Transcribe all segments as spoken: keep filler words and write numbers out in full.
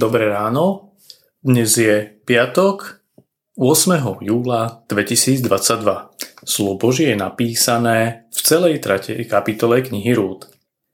Dobré ráno, dnes je piatok ôsmeho júla dvetisícdvadsaťdva. Slovo Božie je napísané v celej tretej kapitole knihy Rút.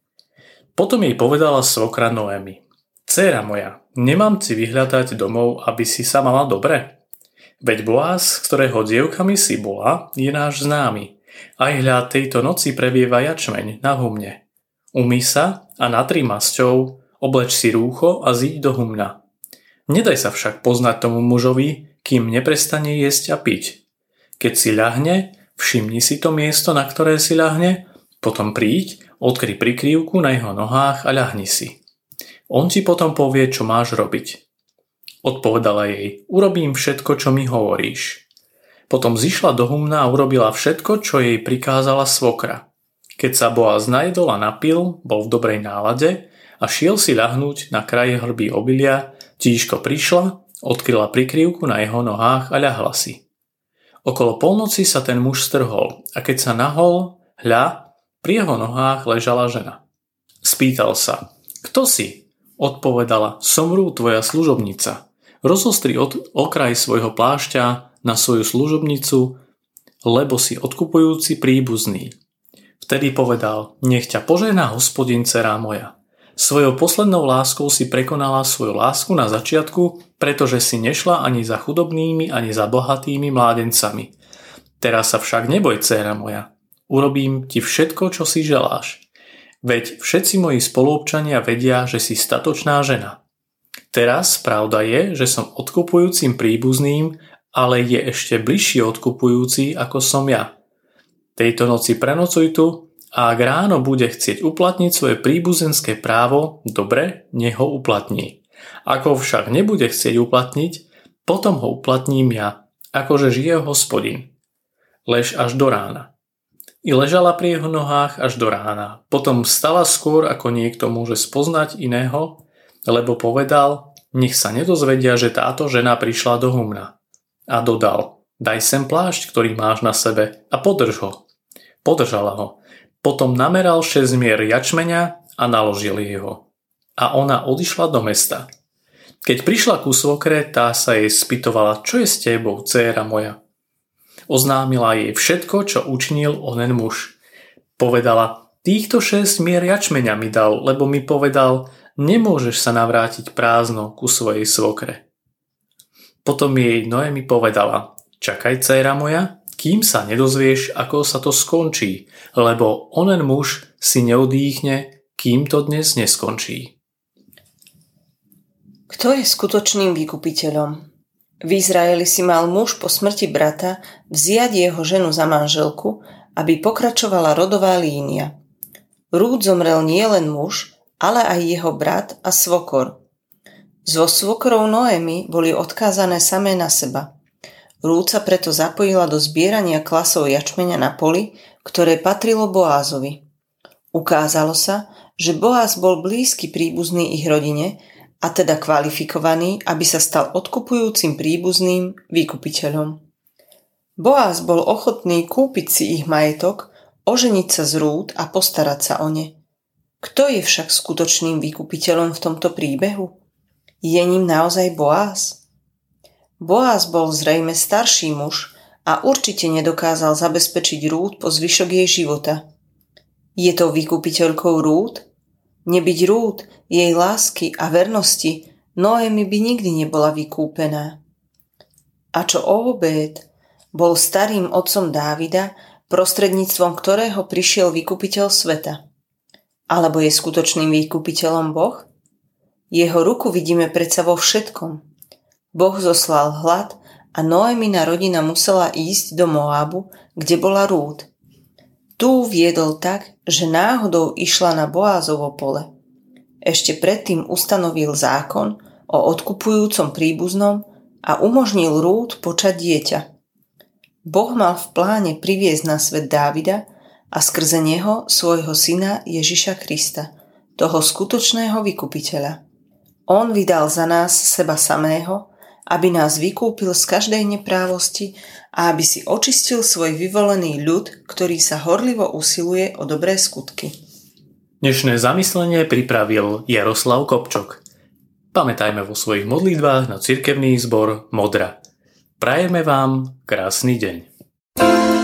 Potom jej povedala svokra Noemi: Dcéra moja, nemám ti vyhľadať domov, aby si sa mala dobre? Veď Boaz, ktorého dievkami si bola, je náš známy. Aj hľa tejto noci previeva jačmeň na humne. Umyj sa a natri masťou, obleč si rúcho a zíď do humna. Nedaj sa však poznať tomu mužovi, kým neprestane jesť a piť. Keď si ľahne, všimni si to miesto, na ktoré si ľahne, potom príď, odkry prikrývku na jeho nohách a ľahni si. On ti potom povie, čo máš robiť. Odpovedala jej: Urobím všetko, čo mi hovoríš. Potom zišla do humna a urobila všetko, čo jej prikázala svokra. Keď sa Boaz najedol a napil, bol v dobrej nálade a šiel si ľahnúť na kraje hrby obilia, tížko prišla, odkryla prikrývku na jeho nohách a ľahla si. Okolo polnoci sa ten muž strhol a keď sa nahol, hľa, pri jeho nohách ležala žena. Spýtal sa: Kto si? Odpovedala: Som Rút, tvoja služobnica. Rozostri od okraj svojho plášťa na svoju služobnicu, lebo si odkupujúci príbuzný. Vtedy povedal: Nech ťa požehná Hospodin, dcera moja. Svojou poslednou láskou si prekonala svoju lásku na začiatku, pretože si nešla ani za chudobnými, ani za bohatými mládencami. Teraz sa však neboj, dcéra moja. Urobím ti všetko, čo si želáš. Veď všetci moji spoluobčania vedia, že si statočná žena. Teraz pravda je, že som odkupujúcim príbuzným, ale je ešte bližší odkupujúci, ako som ja. Tejto noci prenocuj tu, a ak ráno bude chcieť uplatniť svoje príbuzenské právo, dobre, nech ho uplatní. Ako však nebude chcieť uplatniť, potom ho uplatním ja, akože žije Hospodin. Lež až do rána. I ležala pri jeho nohách až do rána. Potom vstala skôr, ako niekto môže spoznať iného, lebo povedal: Nech sa nedozvedia, že táto žena prišla do humna. A dodal: Daj sem plášť, ktorý máš na sebe, a podrž ho. Podržala ho. Potom nameral šesť mier jačmeňa a naložil jeho. A ona odišla do mesta. Keď prišla ku svokre, tá sa jej spýtovala: Čo je s tebou, dcéra moja? Oznámila jej všetko, čo učinil onen muž. Povedala: Týchto šesť mier jačmeňa mi dal, lebo mi povedal: Nemôžeš sa navrátiť prázdno ku svojej svokre. Potom jej Noemi povedala: Čakaj, dcéra moja, kým sa nedozvieš, ako sa to skončí, lebo onen muž si neodýchne, kým to dnes neskončí. Kto je skutočným vykupiteľom? V Izraeli si mal muž po smrti brata vziať jeho ženu za manželku, aby pokračovala rodová línia. Rút zomrel nielen muž, ale aj jeho brat a svokor. So svokrou Noemi boli odkázané samé na seba. Rút sa preto zapojila do zbierania klasov jačmeňa na poli, ktoré patrilo Boázovi. Ukázalo sa, že Boáz bol blízky príbuzný ich rodine a teda kvalifikovaný, aby sa stal odkupujúcim príbuzným vykupiteľom. Boáz bol ochotný kúpiť si ich majetok, oženiť sa z Rút a postarať sa o ne. Kto je však skutočným vykupiteľom v tomto príbehu? Je ním naozaj Boáz? Boáz bol zrejme starší muž a určite nedokázal zabezpečiť Rút po zvyšok jej života. Je to vykupiteľkou Rút? Nebyť Rút, jej lásky a vernosti, Noemi by nikdy nebola vykúpená. A čo Obed bol starým otcom Dávida, prostredníctvom ktorého prišiel vykupiteľ sveta. Alebo je skutočným vykupiteľom Boh? Jeho ruku vidíme predsa vo všetkom. Boh zoslal hlad a Noemina rodina musela ísť do Moábu, kde bola Rút. Tu viedol tak, že náhodou išla na Boázovo pole. Ešte predtým ustanovil zákon o odkupujúcom príbuznom a umožnil Rút počať dieťa. Boh mal v pláne priviesť na svet Dávida a skrze neho svojho syna Ježiša Krista, toho skutočného vykupiteľa. On vydal za nás seba samého, aby nás vykúpil z každej neprávosti a aby si očistil svoj vyvolený ľud, ktorý sa horlivo usiluje o dobré skutky. Dnešné zamyslenie pripravil Jaroslav Kopčok. pamätajme vo svojich modlitbách na cirkevný zbor Modra. Prajeme vám krásny deň.